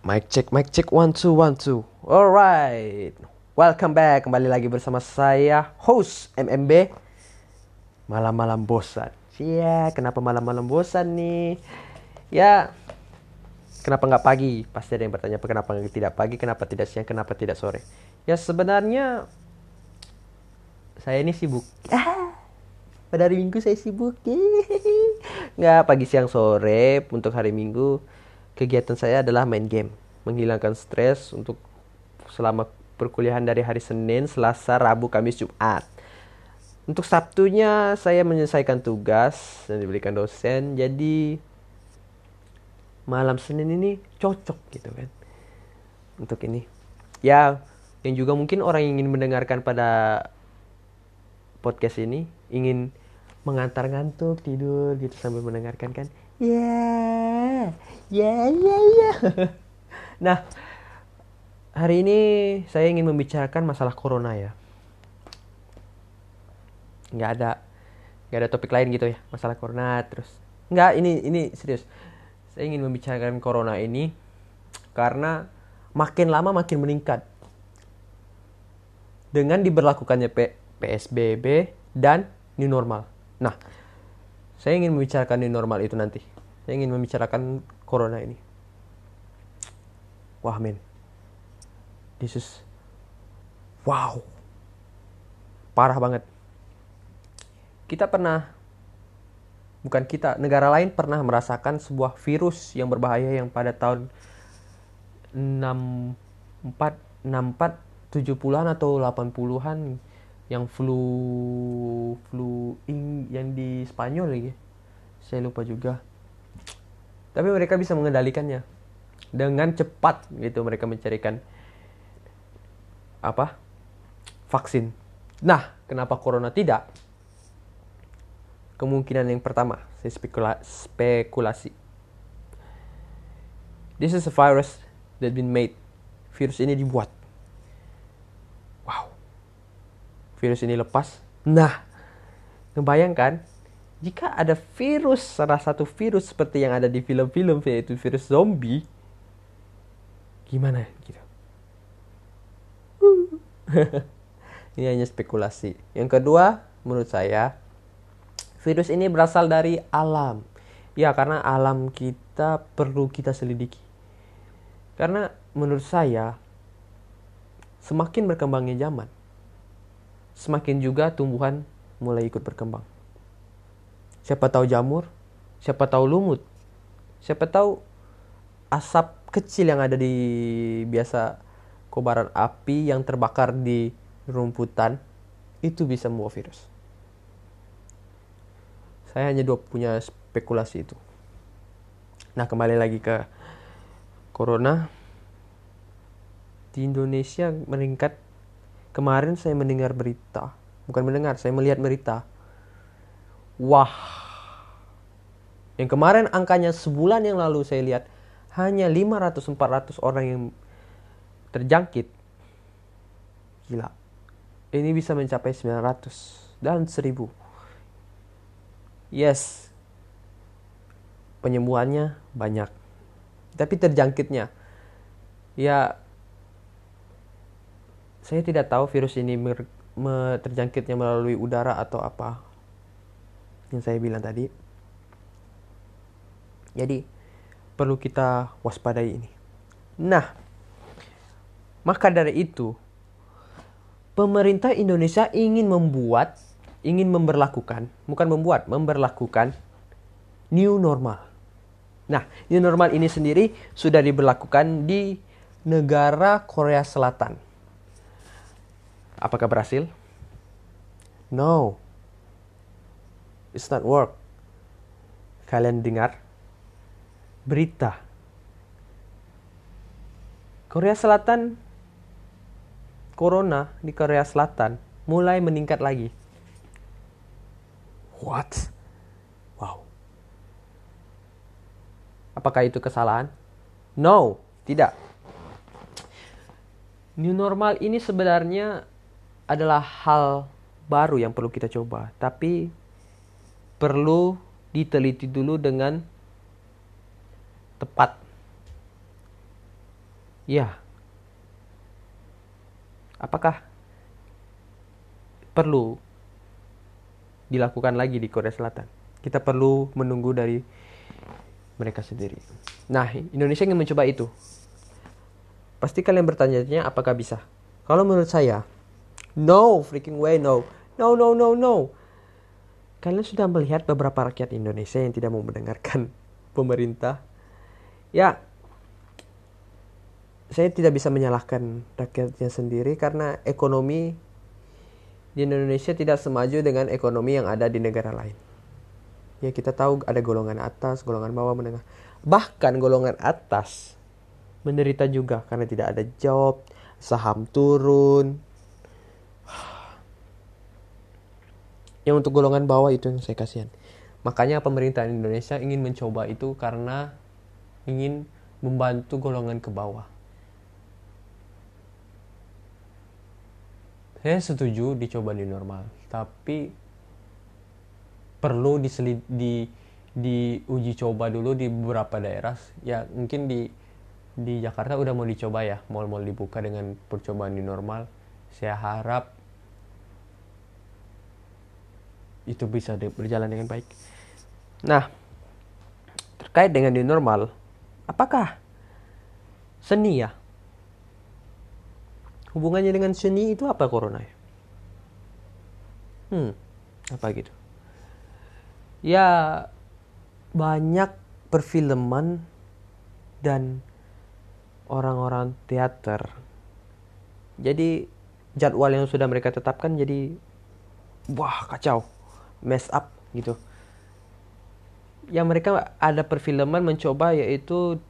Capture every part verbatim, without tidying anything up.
Mic check, mic check, one two one two. Alright, welcome back. Kembali lagi bersama saya, host M M B. Malam-malam bosan. Iya, kenapa malam-malam bosan nih? Ya, kenapa nggak pagi? Pasti ada yang bertanya, kenapa tidak pagi, kenapa tidak siang, kenapa tidak sore? Ya sebenarnya saya ini sibuk. Ah, pada hari Minggu saya sibuk. Nggak pagi, siang, sore. Untuk hari Minggu kegiatan saya adalah main game, menghilangkan stres untuk selama perkuliahan dari hari Senin, Selasa, Rabu, Kamis, Jumat. Untuk Sabtunya saya menyelesaikan tugas yang diberikan dosen. Jadi malam Senin ini cocok gitu kan untuk ini. Ya, yang juga mungkin orang yang ingin mendengarkan pada podcast ini ingin mengantar ngantuk tidur gitu sambil mendengarkan kan. Ya, ya, ya, ya. Nah, hari ini saya ingin membicarakan masalah corona ya. Nggak ada, nggak ada topik lain gitu ya, masalah corona terus. Nggak, ini ini serius. Saya ingin membicarakan corona ini karena makin lama makin meningkat dengan diberlakukannya P- PSBB dan new normal. Nah, saya ingin membicarakan new normal itu nanti. Saya ingin membicarakan corona ini. Wah men, this is wow, parah banget. Kita pernah, bukan kita, negara lain pernah merasakan sebuah virus yang berbahaya yang pada tahun enam empat, enam empat, tujuh puluhan atau delapan puluhan yang flu flu ing yang di Spanyol lagi. Saya lupa juga. Tapi mereka bisa mengendalikannya dengan cepat gitu, mereka mencarikan apa? Vaksin. Nah, kenapa corona tidak? Kemungkinan yang pertama, saya spekula- spekulasi. This is a virus that been made. Virus ini dibuat. Wow. Virus ini lepas. Nah, membayangkan jika ada virus, salah satu virus seperti yang ada di film-film, yaitu virus zombie, gimana gitu. Ini hanya spekulasi. Yang kedua, menurut saya, virus ini berasal dari alam. Ya, karena alam kita perlu kita selidiki. Karena menurut saya, semakin berkembangnya zaman, semakin juga tumbuhan mulai ikut berkembang. Siapa tahu jamur, siapa tahu lumut, siapa tahu asap kecil yang ada di biasa kobaran api yang terbakar di rumputan, itu bisa membawa virus. Saya hanya dua punya spekulasi itu. Nah, kembali lagi ke corona. Di Indonesia meningkat. Kemarin saya mendengar berita. Bukan mendengar, saya melihat berita. Wah. Yang kemarin angkanya sebulan yang lalu saya lihat hanya lima ratus sampai empat ratus orang yang terjangkit. Gila. Ini bisa mencapai sembilan ratus dan seribu. Yes, penyembuhannya banyak, tapi terjangkitnya, ya, saya tidak tahu virus ini mer- me- terjangkitnya melalui udara atau apa yang saya bilang tadi. Jadi perlu kita waspadai ini. Nah, maka dari itu, pemerintah Indonesia ingin membuat ingin memberlakukan, bukan membuat, memberlakukan new normal. Nah, new normal ini sendiri sudah diberlakukan di negara Korea Selatan. Apakah berhasil? No. It's not work. Kalian dengar berita Korea Selatan, corona di Korea Selatan mulai meningkat lagi. What? Wow. Apakah itu kesalahan? No, tidak. New normal ini sebenarnya adalah hal baru yang perlu kita coba. Tapi perlu diteliti dulu dengan tepat. Ya, apakah perlu dilakukan lagi di Korea Selatan? Kita perlu menunggu dari mereka sendiri. Nah, Indonesia ingin mencoba itu. Pasti kalian bertanya-tanya apakah bisa? Kalau menurut saya, no freaking way no. No, no, no, no. Kalian sudah melihat beberapa rakyat Indonesia yang tidak mau mendengarkan pemerintah. Ya, saya tidak bisa menyalahkan rakyatnya sendiri karena ekonomi di Indonesia tidak semaju dengan ekonomi yang ada di negara lain. Ya, kita tahu ada golongan atas, golongan bawah, menengah. Bahkan golongan atas menderita juga karena tidak ada job, saham turun. Yang untuk golongan bawah itu yang saya kasihan. Makanya pemerintah Indonesia ingin mencoba itu karena ingin membantu golongan ke bawah. Saya setuju dicoba di normal, tapi perlu diselid, di diuji coba dulu di beberapa daerah. Ya mungkin di di Jakarta udah mau dicoba ya, mal-mal dibuka dengan percobaan di normal. Saya harap itu bisa berjalan dengan baik. Nah, terkait dengan new normal, apakah seni ya? Hubungannya dengan seni itu apa corona ya? Hmm, apa gitu? Ya, banyak perfilman dan orang-orang teater. Jadi jadwal yang sudah mereka tetapkan jadi wah kacau, mess up gitu. Yang mereka ada perfilman mencoba yaitu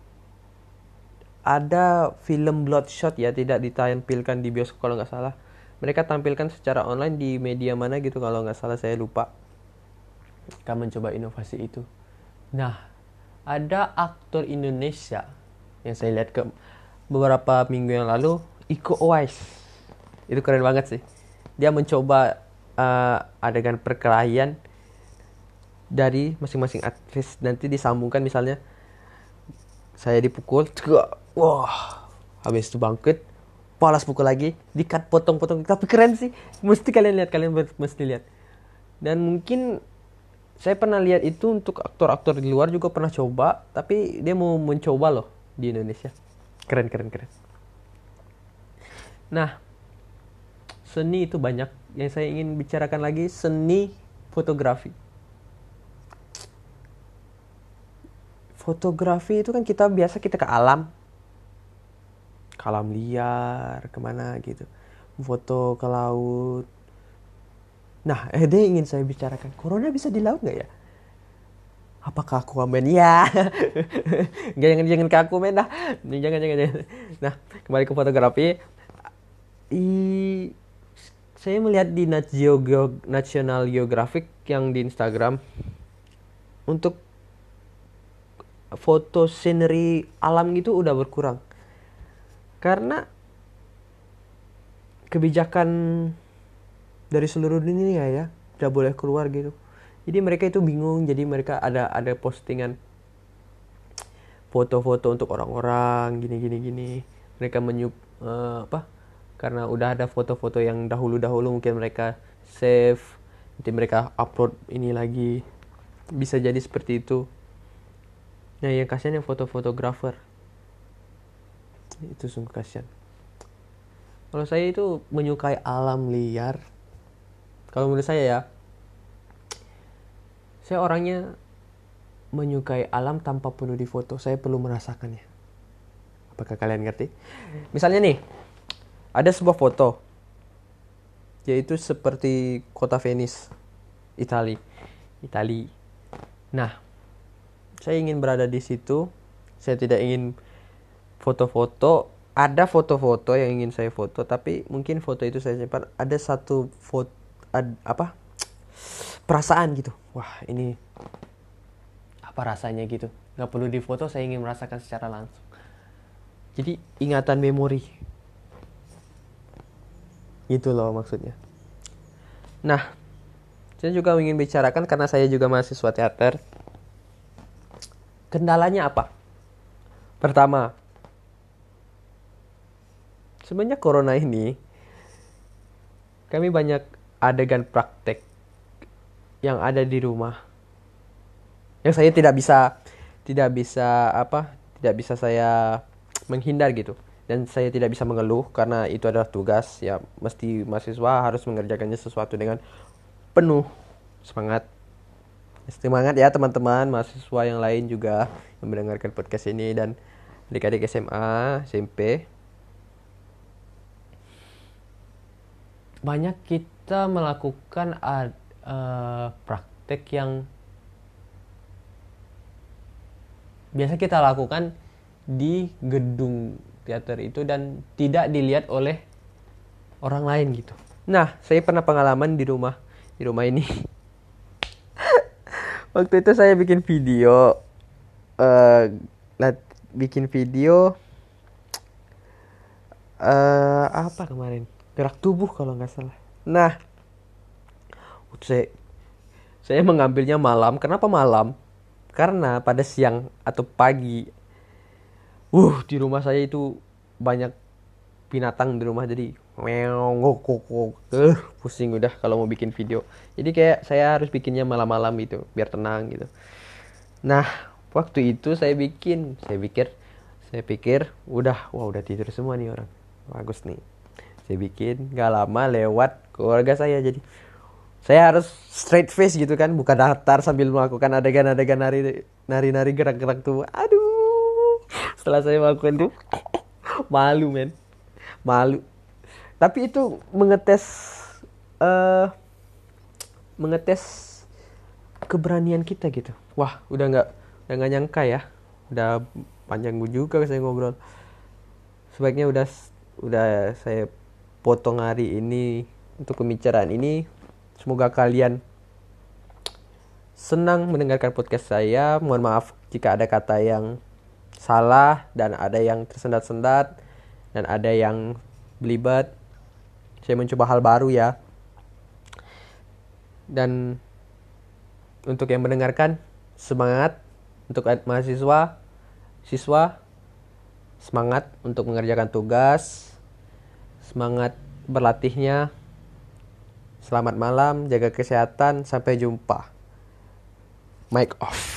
ada film Bloodshot ya, tidak ditampilkan di bioskop kalau nggak salah. Mereka tampilkan secara online di media mana gitu kalau nggak salah, saya lupa. Mereka mencoba inovasi itu. Nah, ada aktor Indonesia yang saya lihat ke beberapa minggu yang lalu, Iko Uwais. Itu keren banget sih. Dia mencoba uh, adegan perkelahian dari masing-masing aktris, nanti disambungkan misalnya saya dipukul, wah, habis itu bangkit, balas pukul lagi, di-cut potong-potong, tapi keren sih, mesti kalian lihat, kalian mesti lihat. Dan mungkin saya pernah lihat itu untuk aktor-aktor di luar juga pernah coba, tapi dia mau mencoba loh di Indonesia, keren keren keren. Nah, seni itu banyak. Yang saya ingin bicarakan lagi seni fotografi. Fotografi itu kan kita biasa kita ke alam, ke alam liar, kemana gitu, foto ke laut. Nah, eh dia ingin saya bicarakan, corona bisa di laut nggak ya? Apakah aku aman? Ya, jangan jangan ke aku men dah, jangan jangan jangan. Nah, kembali ke fotografi. I, saya melihat di Nat Geo, National Geographic yang di Instagram untuk foto scenery alam gitu udah berkurang karena kebijakan dari seluruh dunia ya, tidak boleh keluar gitu. Jadi mereka itu bingung, jadi mereka ada ada postingan foto-foto untuk orang-orang gini gini gini. Mereka menyup uh, apa? Karena udah ada foto-foto yang dahulu-dahulu mungkin mereka save, nanti mereka upload ini lagi. Bisa jadi seperti itu. Nah, yang kasihan yang foto-fotografer. Itu sungguh kasihan. Kalau saya itu menyukai alam liar. Kalau menurut saya ya, saya orangnya menyukai alam tanpa perlu difoto. Saya perlu merasakannya. Apakah kalian ngerti? Misalnya nih, ada sebuah foto, yaitu seperti kota Venice, Italia. Italia. Nah, saya ingin berada di situ. Saya tidak ingin foto-foto. Ada foto-foto yang ingin saya foto, tapi mungkin foto itu saya simpan. Ada satu foto, ad, apa? Perasaan gitu. Wah, ini apa rasanya gitu. Gak perlu difoto, saya ingin merasakan secara langsung. Jadi ingatan memori. Gitu loh maksudnya. Nah, saya juga ingin bicarakan karena saya juga mahasiswa teater. Kendalanya apa? Pertama, semenjak corona ini kami banyak adegan praktek yang ada di rumah yang saya tidak bisa tidak bisa apa tidak bisa saya menghindar gitu, dan saya tidak bisa mengeluh karena itu adalah tugas ya, mesti mahasiswa harus mengerjakannya sesuatu dengan penuh semangat. Semangat ya teman-teman mahasiswa yang lain juga yang mendengarkan podcast ini, dan adik-adik S M A, S M P. Banyak kita melakukan uh, praktek yang biasa kita lakukan di gedung teater itu dan tidak dilihat oleh orang lain gitu. Nah, saya pernah pengalaman di rumah di rumah ini. Waktu itu saya bikin video, uh, bikin video uh, apa kemarin? Gerak tubuh kalau nggak salah. Nah, saya, saya mengambilnya malam. Kenapa malam? Karena pada siang atau pagi, uh di rumah saya itu banyak binatang di rumah, jadi meong ngokok uh, pusing udah kalau mau bikin video. Jadi kayak saya harus bikinnya malam-malam gitu biar tenang gitu. Nah, waktu itu saya bikin, saya pikir saya pikir udah wah udah tidur semua nih orang. Bagus nih. Saya bikin, gak lama lewat keluarga saya, jadi saya harus straight face gitu kan, buka datar sambil melakukan adegan-adegan nari nari-nari gerak-gerak tubuh. Aduh. Setelah saya melakukan itu malu men. Malu. Tapi itu mengetes uh, mengetes keberanian kita gitu. Wah, udah nggak udah nggak nyangka ya. Udah panjang juga saya ngobrol. Sebaiknya udah udah saya potong hari ini untuk pembicaraan ini. Semoga kalian senang mendengarkan podcast saya. Mohon maaf jika ada kata yang salah dan ada yang tersendat-sendat dan ada yang belibet. Saya mencoba hal baru ya. Dan untuk yang mendengarkan, semangat untuk mahasiswa, siswa, semangat untuk mengerjakan tugas, semangat berlatihnya. Selamat malam, jaga kesehatan, sampai jumpa. Mic off.